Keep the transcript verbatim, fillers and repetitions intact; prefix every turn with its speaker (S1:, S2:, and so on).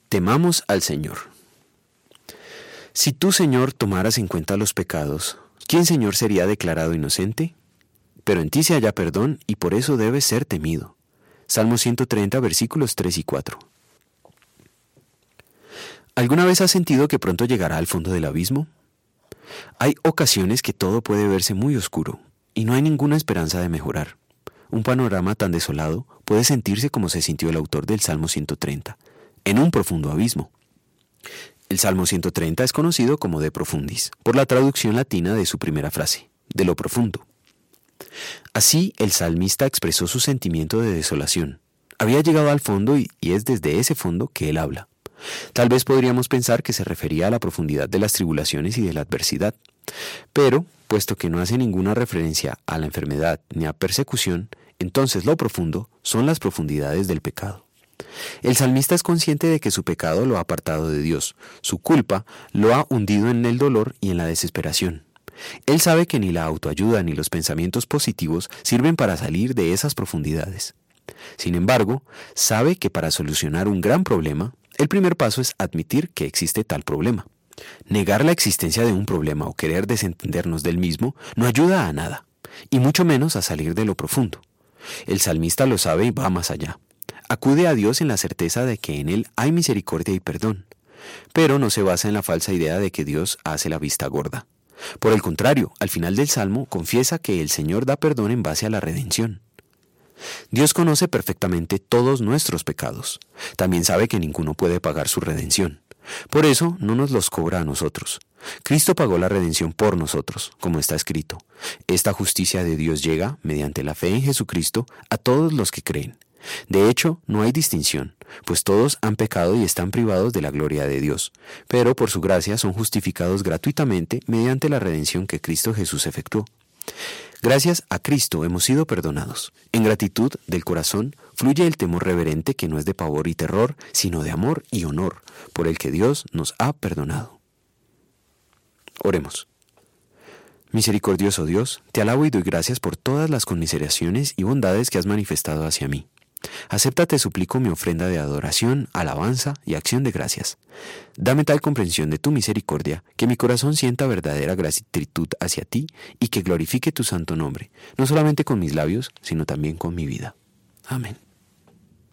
S1: Temamos al Señor. Si tú, Señor, tomaras en cuenta los pecados, ¿quién, Señor, sería declarado inocente? Pero en ti se halla perdón y por eso debes ser temido. Salmo ciento treinta, versículos tres y cuatro. ¿Alguna vez has sentido que pronto llegará al fondo del abismo? Hay ocasiones que todo puede verse muy oscuro y no hay ninguna esperanza de mejorar. Un panorama tan desolado puede sentirse como se sintió el autor del Salmo ciento treinta, en un profundo abismo. El Salmo ciento treinta es conocido como De Profundis, por la traducción latina de su primera frase, de lo profundo. Así, el salmista expresó su sentimiento de desolación. Había llegado al fondo y, y es desde ese fondo que él habla. Tal vez podríamos pensar que se refería a la profundidad de las tribulaciones y de la adversidad. Pero, puesto que no hace ninguna referencia a la enfermedad ni a persecución, entonces lo profundo son las profundidades del pecado. El salmista es consciente de que su pecado lo ha apartado de Dios, su culpa lo ha hundido en el dolor y en la desesperación. Él sabe que ni la autoayuda ni los pensamientos positivos sirven para salir de esas profundidades. Sin embargo, sabe que para solucionar un gran problema, el primer paso es admitir que existe tal problema. Negar la existencia de un problema o querer desentendernos del mismo no ayuda a nada, y mucho menos a salir de lo profundo. El salmista lo sabe y va más allá. Acude a Dios en la certeza de que en Él hay misericordia y perdón, pero no se basa en la falsa idea de que Dios hace la vista gorda. Por el contrario, al final del Salmo confiesa que el Señor da perdón en base a la redención. Dios conoce perfectamente todos nuestros pecados. También sabe que ninguno puede pagar su redención. Por eso no nos los cobra a nosotros. Cristo pagó la redención por nosotros, como está escrito. Esta justicia de Dios llega, mediante la fe en Jesucristo, a todos los que creen. De hecho, no hay distinción, pues todos han pecado y están privados de la gloria de Dios, pero por su gracia son justificados gratuitamente mediante la redención que Cristo Jesús efectuó. Gracias a Cristo hemos sido perdonados. En gratitud del corazón fluye el temor reverente que no es de pavor y terror, sino de amor y honor, por el que Dios nos ha perdonado. Oremos. Misericordioso Dios, te alabo y doy gracias por todas las conmiseraciones y bondades que has manifestado hacia mí. Acepta, te suplico, mi ofrenda de adoración, alabanza y acción de gracias. Dame tal comprensión de tu misericordia, que mi corazón sienta verdadera gratitud hacia ti y que glorifique tu santo nombre, no solamente con mis labios, sino también con mi vida. Amén.